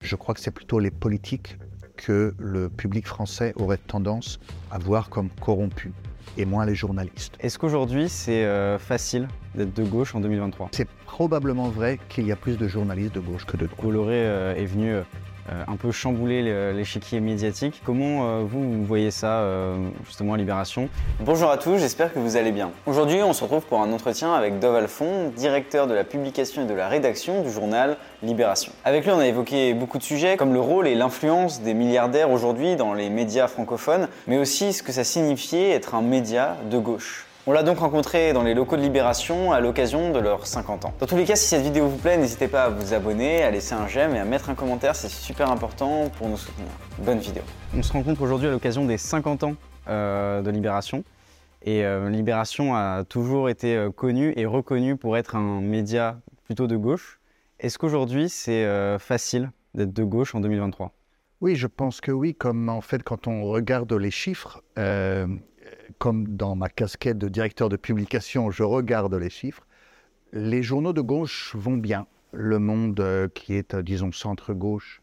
je crois que c'est plutôt les politiques que le public français aurait tendance à voir comme corrompus, et moins les journalistes. Est-ce qu'aujourd'hui c'est facile d'être de gauche en 2023 ? C'est probablement vrai qu'il y a plus de journalistes de gauche que de droite. Bolloré est venu un peu chambouler l'échiquier médiatique. Comment vous voyez ça justement à Libération ? Bonjour à tous, j'espère que vous allez bien. Aujourd'hui, on se retrouve pour un entretien avec Dov Alphon, directeur de la publication et de la rédaction du journal Libération. Avec lui, on a évoqué beaucoup de sujets, comme le rôle et l'influence des milliardaires aujourd'hui dans les médias francophones, mais aussi ce que ça signifiait être un média de gauche. On l'a donc rencontré dans les locaux de Libération à l'occasion de leurs 50 ans. Dans tous les cas, si cette vidéo vous plaît, n'hésitez pas à vous abonner, à laisser un j'aime et à mettre un commentaire, c'est super important pour nous soutenir. Bonne vidéo. On se rencontre aujourd'hui à l'occasion des 50 ans de Libération. Et Libération a toujours été connu et reconnu pour être un média plutôt de gauche. Est-ce qu'aujourd'hui c'est facile d'être de gauche en 2023 ? Oui, je pense que oui, comme en fait quand on regarde les chiffres, comme dans ma casquette de directeur de publication, je regarde les chiffres, les journaux de gauche vont bien. Le Monde, qui est, disons, centre-gauche,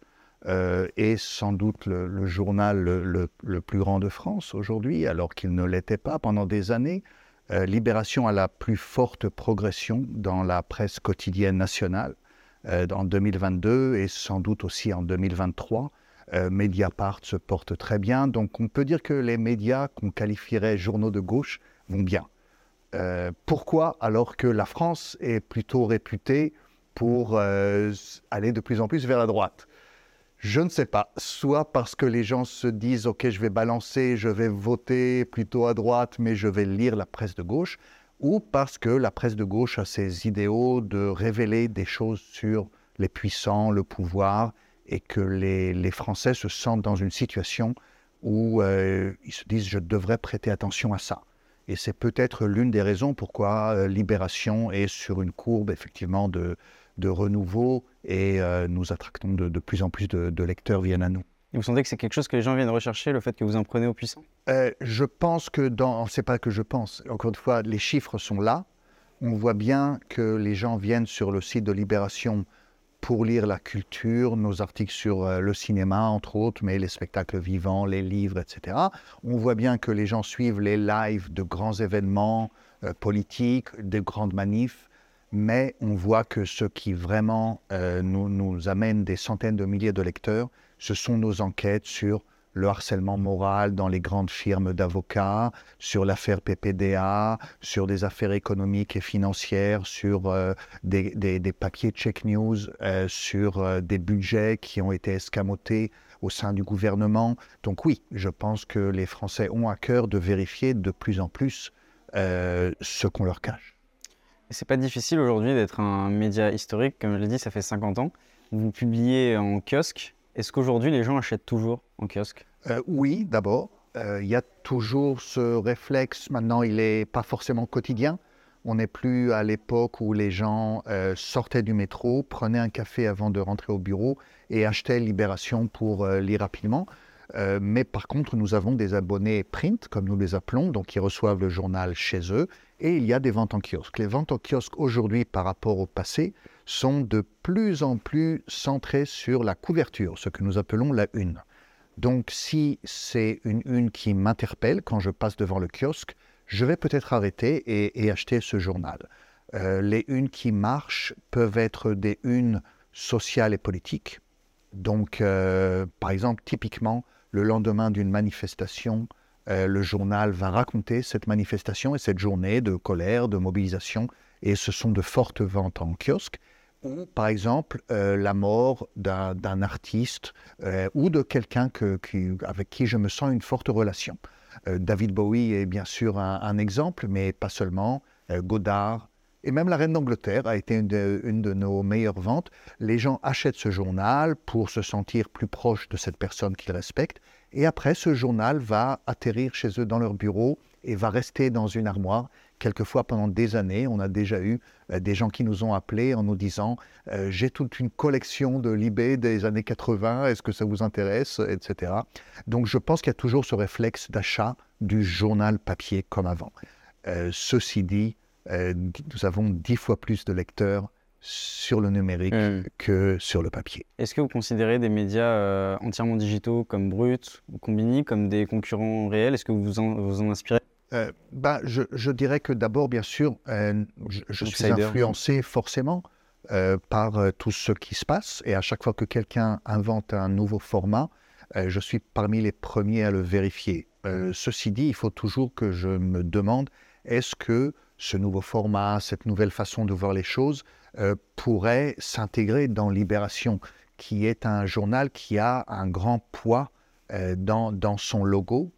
est sans doute le journal le plus grand de France aujourd'hui, alors qu'il ne l'était pas pendant des années. Libération a la plus forte progression dans la presse quotidienne nationale en 2022 et sans doute aussi en 2023. Mediapart se porte très bien, donc on peut dire que les médias qu'on qualifierait journaux de gauche vont bien. Pourquoi alors que la France est plutôt réputée pour aller de plus en plus vers la droite ? Je ne sais pas, soit parce que les gens se disent « ok, je vais balancer, je vais voter plutôt à droite, mais je vais lire la presse de gauche », ou parce que la presse de gauche a ses idéaux de révéler des choses sur les puissants, le pouvoir, et que les Français se sentent dans une situation où ils se disent « je devrais prêter attention à ça ». Et c'est peut-être l'une des raisons pourquoi Libération est sur une courbe effectivement de renouveau et nous attractons de plus en plus de lecteurs viennent à nous. Et vous sentez que c'est quelque chose que les gens viennent rechercher, le fait que vous en prenez aux puissants ? Je pense que c'est pas que je pense, encore une fois, les chiffres sont là. On voit bien que les gens viennent sur le site de Libération pour lire la culture, nos articles sur le cinéma, entre autres, mais les spectacles vivants, les livres, etc. On voit bien que les gens suivent les lives de grands événements politiques, de grandes manifs, mais on voit que ce qui vraiment nous amène des centaines de milliers de lecteurs, ce sont nos enquêtes sur le harcèlement moral dans les grandes firmes d'avocats, sur l'affaire PPDA, sur des affaires économiques et financières, sur des papiers Check News, sur des budgets qui ont été escamotés au sein du gouvernement. Donc oui, je pense que les Français ont à cœur de vérifier de plus en plus ce qu'on leur cache. Et c'est pas difficile aujourd'hui d'être un média historique, comme je l'ai dit, ça fait 50 ans. Vous publiez en kiosque. Est-ce qu'aujourd'hui les gens achètent toujours en kiosque ? Oui, d'abord. Il y a toujours ce réflexe, maintenant il n'est pas forcément quotidien. On n'est plus à l'époque où les gens sortaient du métro, prenaient un café avant de rentrer au bureau et achetaient Libération pour lire rapidement. Mais par contre, nous avons des abonnés print, comme nous les appelons, donc qui reçoivent le journal chez eux, et il y a des ventes en kiosque. Les ventes en kiosque aujourd'hui, par rapport au passé, sont de plus en plus centrées sur la couverture, ce que nous appelons la une. Donc si c'est une une qui m'interpelle quand je passe devant le kiosque, je vais peut-être arrêter et acheter ce journal. Les unes qui marchent peuvent être des unes sociales et politiques. Donc, par exemple, typiquement, le lendemain d'une manifestation, le journal va raconter cette manifestation et cette journée de colère, de mobilisation, et ce sont de fortes ventes en kiosque. Ou, par exemple, la mort d'un artiste ou de quelqu'un avec qui je me sens une forte relation. David Bowie est bien sûr un exemple, mais pas seulement. Godard, et même la Reine d'Angleterre a été une de nos meilleures ventes. Les gens achètent ce journal pour se sentir plus proche de cette personne qu'ils respectent. Et après, ce journal va atterrir chez eux dans leur bureau et va rester dans une armoire. Quelquefois, pendant des années, on a déjà eu des gens qui nous ont appelés en nous disant « J'ai toute une collection de Libé des années 80, est-ce que ça vous intéresse ?» etc. Donc, je pense qu'il y a toujours ce réflexe d'achat du journal papier comme avant. Ceci dit, nous avons 10 fois plus de lecteurs sur le numérique que sur le papier. Est-ce que vous considérez des médias entièrement digitaux comme Brut ou Combini comme des concurrents réels? Est-ce que vous en inspirez? Je dirais que d'abord, bien sûr, je suis influencé forcément par tout ce qui se passe. Et à chaque fois que quelqu'un invente un nouveau format, je suis parmi les premiers à le vérifier. Ceci dit, il faut toujours que je me demande, est-ce que ce nouveau format, cette nouvelle façon de voir les choses pourrait s'intégrer dans Libération, qui est un journal qui a un grand poids dans son logo,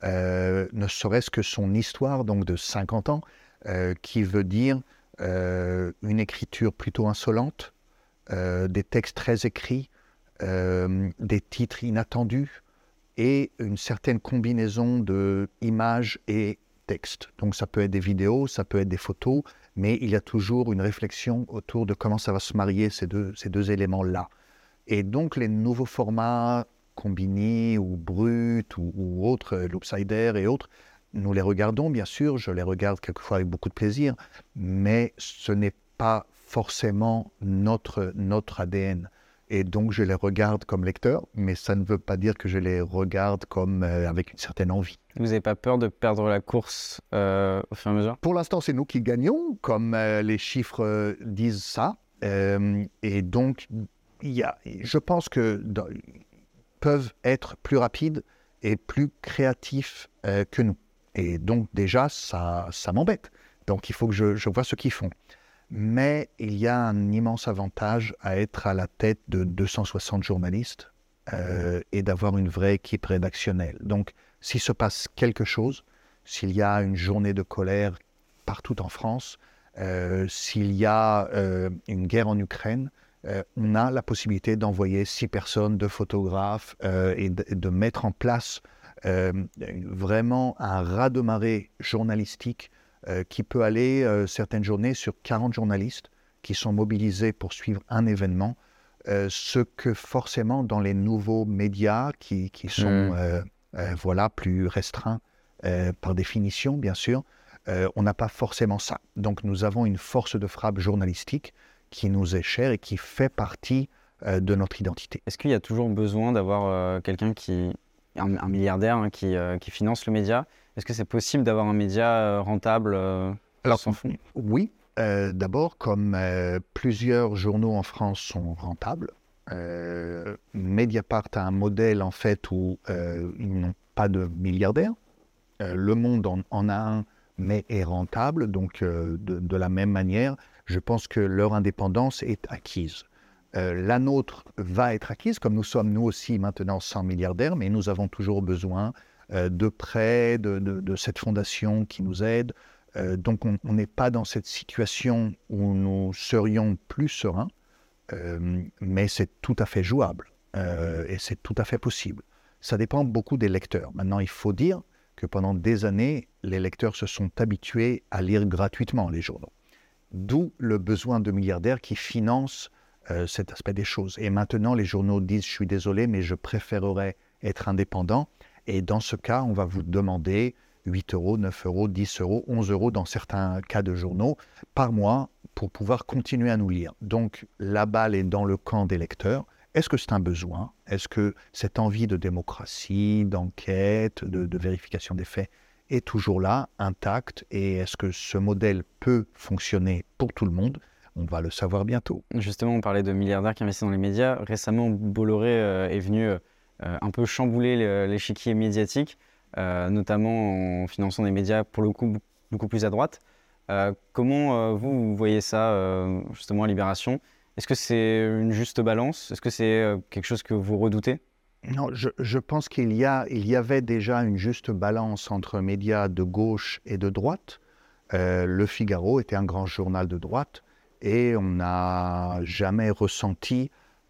ne serait-ce que son histoire donc de 50 ans, qui veut dire une écriture plutôt insolente, des textes très écrits, des titres inattendus et une certaine combinaison de images et textes. Donc ça peut être des vidéos, ça peut être des photos, mais il y a toujours une réflexion autour de comment ça va se marier ces deux éléments-là. Et donc les nouveaux formats, Combini ou Brut ou autres, Loopsider et autres, nous les regardons bien sûr, je les regarde quelquefois avec beaucoup de plaisir, mais ce n'est pas forcément notre ADN. Et donc je les regarde comme lecteur, mais ça ne veut pas dire que je les regarde comme avec une certaine envie. Vous n'avez pas peur de perdre la course au fur et à mesure? Pour l'instant, c'est nous qui gagnons, comme les chiffres disent ça. Et donc, je pense que peuvent être plus rapides et plus créatifs que nous. Et donc déjà, ça m'embête. Donc il faut que je vois ce qu'ils font. Mais il y a un immense avantage à être à la tête de 260 journalistes et d'avoir une vraie équipe rédactionnelle. Donc s'il se passe quelque chose, s'il y a une journée de colère partout en France, s'il y a une guerre en Ukraine, on a la possibilité d'envoyer 6 personnes, 2 photographes et de mettre en place vraiment un raz-de-marée journalistique qui peut aller certaines journées sur 40 journalistes qui sont mobilisés pour suivre un événement, ce que forcément dans les nouveaux médias qui sont plus restreints par définition, bien sûr, on n'a pas forcément ça. Donc nous avons une force de frappe journalistique qui nous est chère et qui fait partie de notre identité. Est-ce qu'il y a toujours besoin d'avoir quelqu'un un milliardaire qui finance le média? Est-ce que c'est possible d'avoir un média rentable sans fond? Oui, d'abord, comme plusieurs journaux en France sont rentables, Mediapart a un modèle en fait où ils n'ont pas de milliardaire. Le Monde en a un, mais est rentable. Donc, de la même manière, je pense que leur indépendance est acquise. La nôtre va être acquise, comme nous sommes nous aussi maintenant 100 milliardaires, mais nous avons toujours besoin de prêts, de cette fondation qui nous aide. Donc on n'est pas dans cette situation où nous serions plus sereins, mais c'est tout à fait jouable et c'est tout à fait possible. Ça dépend beaucoup des lecteurs. Maintenant, il faut dire que pendant des années, les lecteurs se sont habitués à lire gratuitement les journaux. D'où le besoin de milliardaires qui financent cet aspect des choses. Et maintenant, les journaux disent « je suis désolé, mais je préférerais être indépendant ». Et dans ce cas, on va vous demander 8 euros, 9 euros, 10 euros, 11 euros dans certains cas de journaux par mois pour pouvoir continuer à nous lire. Donc la balle est dans le camp des lecteurs. Est-ce que c'est un besoin? Est-ce que cette envie de démocratie, d'enquête, de vérification des faits est toujours là, intacte? Et est-ce que ce modèle peut fonctionner pour tout le monde? On va le savoir bientôt. Justement, on parlait de milliardaires qui investissent dans les médias. Récemment, Bolloré est venu un peu chambouler l'échiquier médiatique, notamment en finançant des médias pour le coup beaucoup plus à droite. Comment vous voyez ça justement à Libération? Est-ce que c'est une juste balance? Est-ce que c'est quelque chose que vous redoutez? Non, je pense qu'il y avait déjà une juste balance entre médias de gauche et de droite. Le Figaro était un grand journal de droite et on n'a jamais ressenti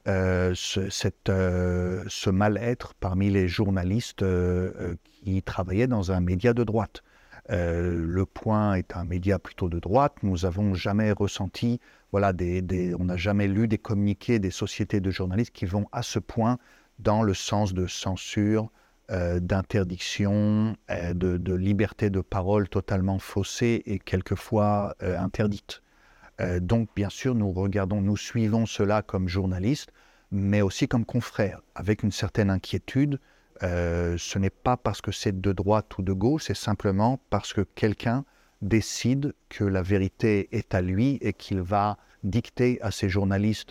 ce mal-être parmi les journalistes qui travaillaient dans un média de droite. Le Point est un média plutôt de droite. Nous n'avons jamais ressenti, on n'a jamais lu des communiqués des sociétés de journalistes qui vont à ce point dans le sens de censure, d'interdiction, de liberté de parole totalement faussée et quelquefois interdite. Donc, bien sûr, nous suivons cela comme journalistes, mais aussi comme confrères, avec une certaine inquiétude. Ce n'est pas parce que c'est de droite ou de gauche, c'est simplement parce que quelqu'un décide que la vérité est à lui et qu'il va dicter à ses journalistes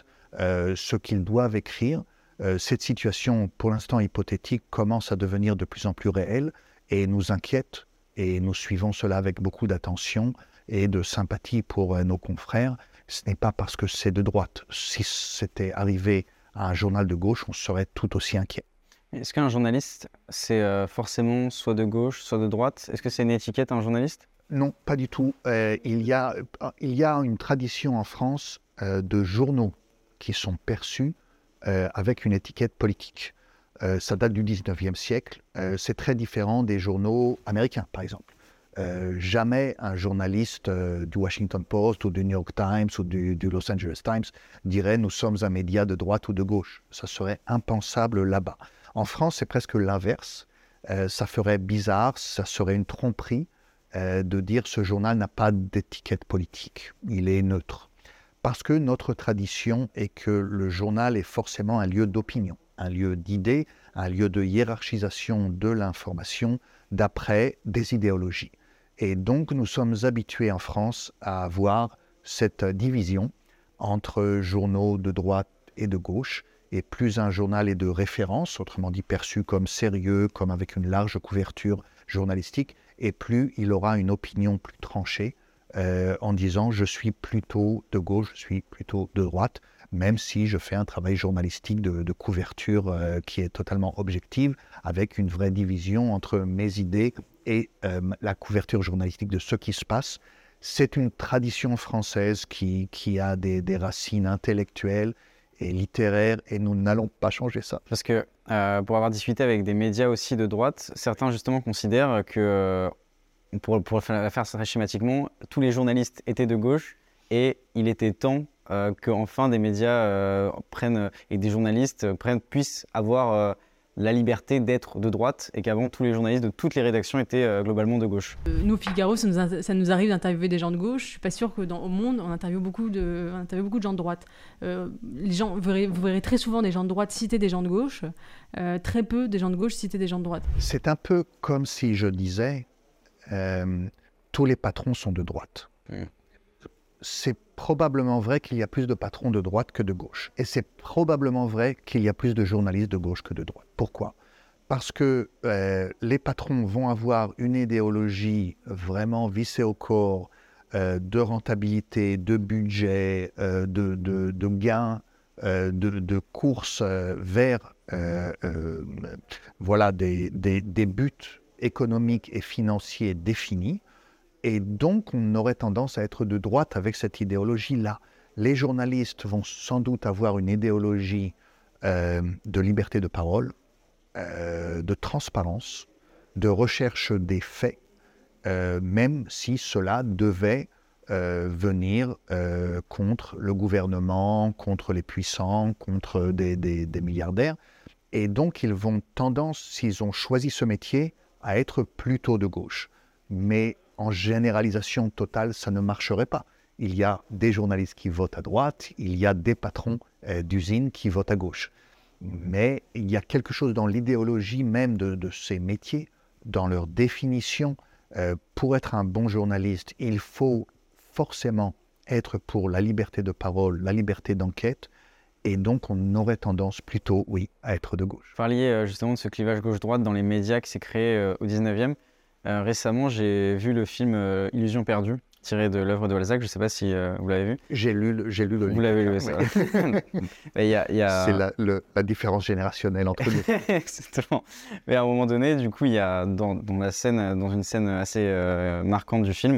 ce qu'ils doivent écrire. Cette situation, pour l'instant hypothétique, commence à devenir de plus en plus réelle et nous inquiète, et nous suivons cela avec beaucoup d'attention et de sympathie pour nos confrères. Ce n'est pas parce que c'est de droite. Si c'était arrivé à un journal de gauche, on serait tout aussi inquiet. Est-ce qu'un journaliste, c'est forcément soit de gauche, soit de droite? Est-ce que c'est une étiquette, un journaliste? Non, pas du tout. Il y a une tradition en France de journaux qui sont perçus avec une étiquette politique. Ça date du 19e siècle. C'est très différent des journaux américains, par exemple. Jamais un journaliste du Washington Post ou du New York Times ou du Los Angeles Times dirait « nous sommes un média de droite ou de gauche ». Ça serait impensable là-bas. En France, c'est presque l'inverse. Ça ferait bizarre, ça serait une tromperie de dire ce journal n'a pas d'étiquette politique, il est neutre. Parce que notre tradition est que le journal est forcément un lieu d'opinion, un lieu d'idées, un lieu de hiérarchisation de l'information d'après des idéologies. Et donc nous sommes habitués en France à avoir cette division entre journaux de droite et de gauche, et plus un journal est de référence, autrement dit perçu comme sérieux, comme avec une large couverture journalistique, et plus il aura une opinion plus tranchée en disant « je suis plutôt de gauche, je suis plutôt de droite », même si je fais un travail journalistique de couverture qui est totalement objective, avec une vraie division entre mes idées et la couverture journalistique de ce qui se passe. C'est une tradition française qui a des racines intellectuelles et littéraire, et nous n'allons pas changer ça. Parce que pour avoir discuté avec des médias aussi de droite, certains justement considèrent que, pour la faire très schématiquement, tous les journalistes étaient de gauche et il était temps qu'enfin des médias et des journalistes puissent avoir la liberté d'être de droite et qu'avant tous les journalistes de toutes les rédactions étaient globalement de gauche. Nous, au Figaro, ça nous arrive d'interviewer des gens de gauche. Je ne suis pas sûre qu'au Monde, on interviewe beaucoup de gens de droite. Vous verrez très souvent des gens de droite citer des gens de gauche, très peu des gens de gauche citer des gens de droite. C'est un peu comme si je disais tous les patrons sont de droite. C'est probablement vrai qu'il y a plus de patrons de droite que de gauche. Et c'est probablement vrai qu'il y a plus de journalistes de gauche que de droite. Pourquoi ? Parce que les patrons vont avoir une idéologie vraiment vissée au corps de rentabilité, de budget, de gains, de course vers voilà, des buts économiques et financiers définis. Et donc, on aurait tendance à être de droite avec cette idéologie-là. Les journalistes vont sans doute avoir une idéologie de liberté de parole, de transparence, de recherche des faits, même si cela devait venir contre le gouvernement, contre les puissants, contre des milliardaires. Et donc, ils vont tendance, s'ils ont choisi ce métier, à être plutôt de gauche. Mais en généralisation totale, ça ne marcherait pas. Il y a des journalistes qui votent à droite, il y a des patrons d'usines qui votent à gauche. Mais il y a quelque chose dans l'idéologie même de ces métiers, dans leur définition. Pour être un bon journaliste, il faut forcément être pour la liberté de parole, la liberté d'enquête, et donc on aurait tendance plutôt, oui, à être de gauche. Vous parliez justement de ce clivage gauche-droite dans les médias qui s'est créé au 19e. Récemment, j'ai vu le film Illusion perdue, tiré de l'œuvre de Balzac. Je ne sais pas si vous l'avez vu. J'ai lu le livre. Vous l'avez lu, ça. C'est la différence générationnelle entre nous. Exactement. Mais à un moment donné, du coup, il y a dans une scène assez marquante du film,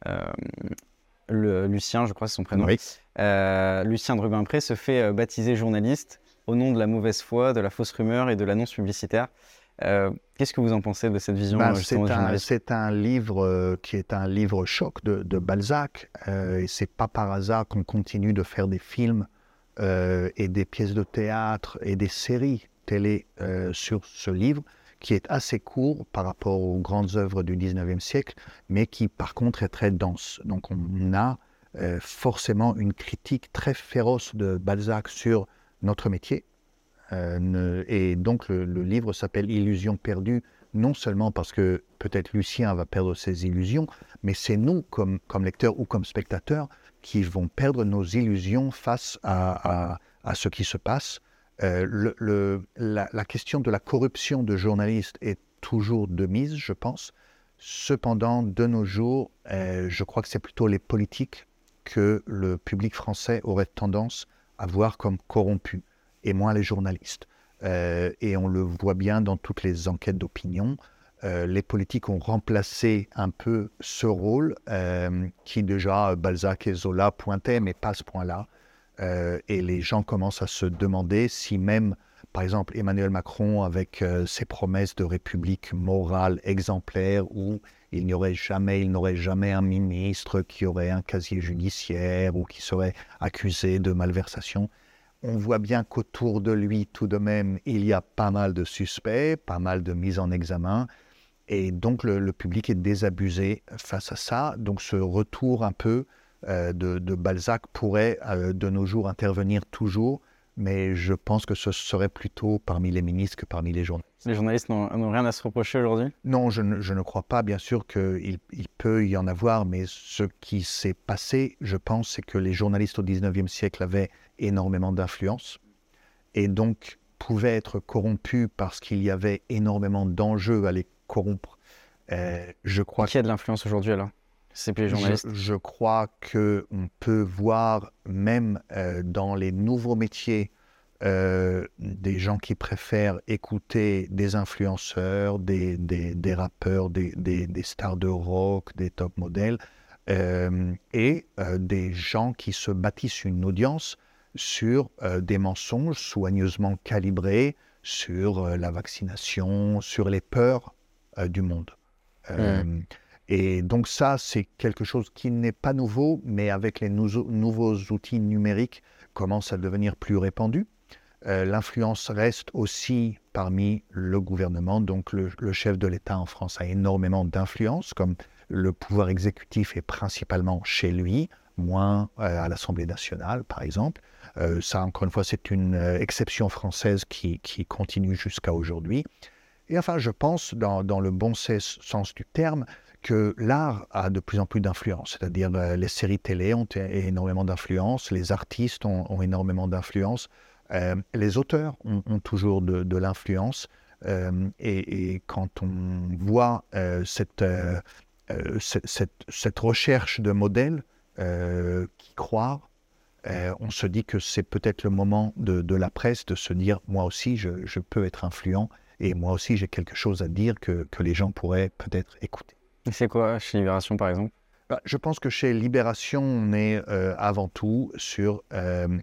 Lucien, je crois c'est son prénom. Oui. Lucien de Rubempré se fait baptiser journaliste au nom de la mauvaise foi, de la fausse rumeur et de l'annonce publicitaire. Qu'est-ce que vous en pensez de cette vision C'est un livre qui est un livre choc de Balzac, et c'est pas par hasard qu'on continue de faire des films et des pièces de théâtre et des séries télé sur ce livre, qui est assez court par rapport aux grandes œuvres du 19e siècle, mais qui par contre est très dense. Donc on a forcément une critique très féroce de Balzac sur notre métier. Et donc le livre s'appelle « Illusions perdues », non seulement parce que peut-être Lucien va perdre ses illusions, mais c'est nous, comme lecteurs ou comme spectateurs, qui vont perdre nos illusions face à ce qui se passe. La question de la corruption de journalistes est toujours de mise, je pense. Cependant, de nos jours, je crois que c'est plutôt les politiques que le public français aurait tendance à voir comme corrompus, et moins les journalistes. Et on le voit bien dans toutes les enquêtes d'opinion. Les politiques ont remplacé un peu ce rôle qui déjà Balzac et Zola pointaient, mais pas à ce point-là. Et les gens commencent à se demander si même, par exemple, Emmanuel Macron, avec ses promesses de république morale exemplaire, où il n'aurait jamais un ministre qui aurait un casier judiciaire ou qui serait accusé de malversation. On voit bien qu'autour de lui, tout de même, il y a pas mal de suspects, pas mal de mises en examen. Et donc, le public est désabusé face à ça. Donc, ce retour un peu de Balzac pourrait, de nos jours, intervenir toujours. Mais je pense que ce serait plutôt parmi les ministres que parmi les journalistes. Les journalistes n'ont rien à se reprocher aujourd'hui ? Non, je ne crois pas. Bien sûr qu'il peut y en avoir, mais ce qui s'est passé, je pense, c'est que les journalistes au XIXe siècle avaient énormément d'influence et donc pouvaient être corrompus parce qu'il y avait énormément d'enjeux à les corrompre. Je crois qui a de l'influence aujourd'hui alors ? C'est plus les journalistes. Je crois qu'on peut voir même dans les nouveaux métiers des gens qui préfèrent écouter des influenceurs, des rappeurs, des stars de rock, des top modèles, et des gens qui se bâtissent une audience sur des mensonges soigneusement calibrés, sur la vaccination, sur les peurs du monde. Et donc ça, c'est quelque chose qui n'est pas nouveau, mais avec les nouveaux outils numériques, commence à devenir plus répandu. L'influence reste aussi parmi le gouvernement, donc le chef de l'État en France a énormément d'influence, comme le pouvoir exécutif est principalement chez lui, moins à l'Assemblée nationale, par exemple. Ça, encore une fois, c'est une exception française qui continue jusqu'à aujourd'hui. Et enfin, je pense, dans le bon sens du terme, que l'art a de plus en plus d'influence. C'est-à-dire les séries télé ont énormément d'influence, les artistes ont énormément d'influence, les auteurs ont toujours de l'influence. Et quand on voit cette recherche de modèles qui croient, on se dit que c'est peut-être le moment de la presse de se dire « moi aussi, je peux être influent et moi aussi, j'ai quelque chose à dire que les gens pourraient peut-être écouter ». Et c'est quoi chez Libération, par exemple ? Je pense que chez Libération, on est avant tout sur une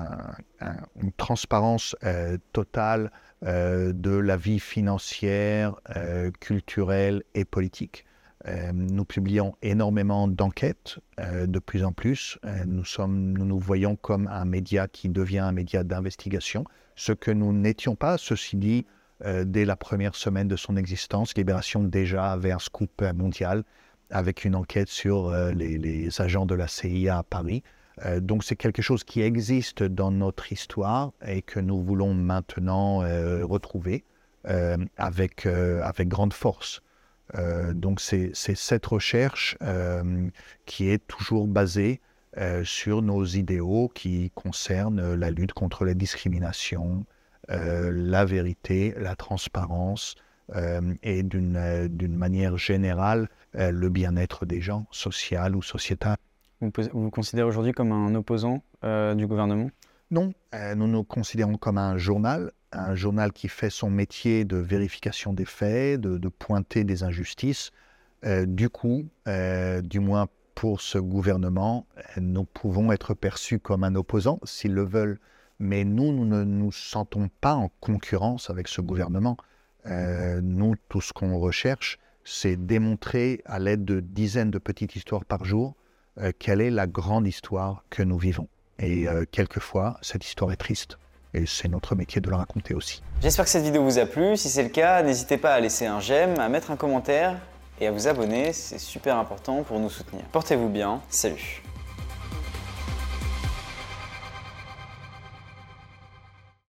transparence totale de la vie financière, culturelle et politique. Nous publions énormément d'enquêtes, de plus en plus. Nous nous voyons comme un média qui devient un média d'investigation, ce que nous n'étions pas. Ceci dit, dès la première semaine de son existence, Libération déjà avait un scoop mondial avec une enquête sur les agents de la CIA à Paris. Donc c'est quelque chose qui existe dans notre histoire et que nous voulons maintenant retrouver avec grande force. Donc c'est cette recherche qui est toujours basée sur nos idéaux qui concernent la lutte contre les discriminations, la vérité, la transparence et d'une manière générale le bien-être des gens, social ou sociétal. Vous vous considérez aujourd'hui comme un opposant du gouvernement ? Non, nous nous considérons comme un journal qui fait son métier de vérification des faits, de pointer des injustices. Du coup, du moins pour ce gouvernement, nous pouvons être perçus comme un opposant s'ils le veulent, mais nous ne nous sentons pas en concurrence avec ce gouvernement. Nous, tout ce qu'on recherche, c'est démontrer à l'aide de dizaines de petites histoires par jour quelle est la grande histoire que nous vivons. Et quelquefois, cette histoire est triste. Et c'est notre métier de la raconter aussi. J'espère que cette vidéo vous a plu. Si c'est le cas, n'hésitez pas à laisser un j'aime, à mettre un commentaire et à vous abonner. C'est super important pour nous soutenir. Portez-vous bien. Salut.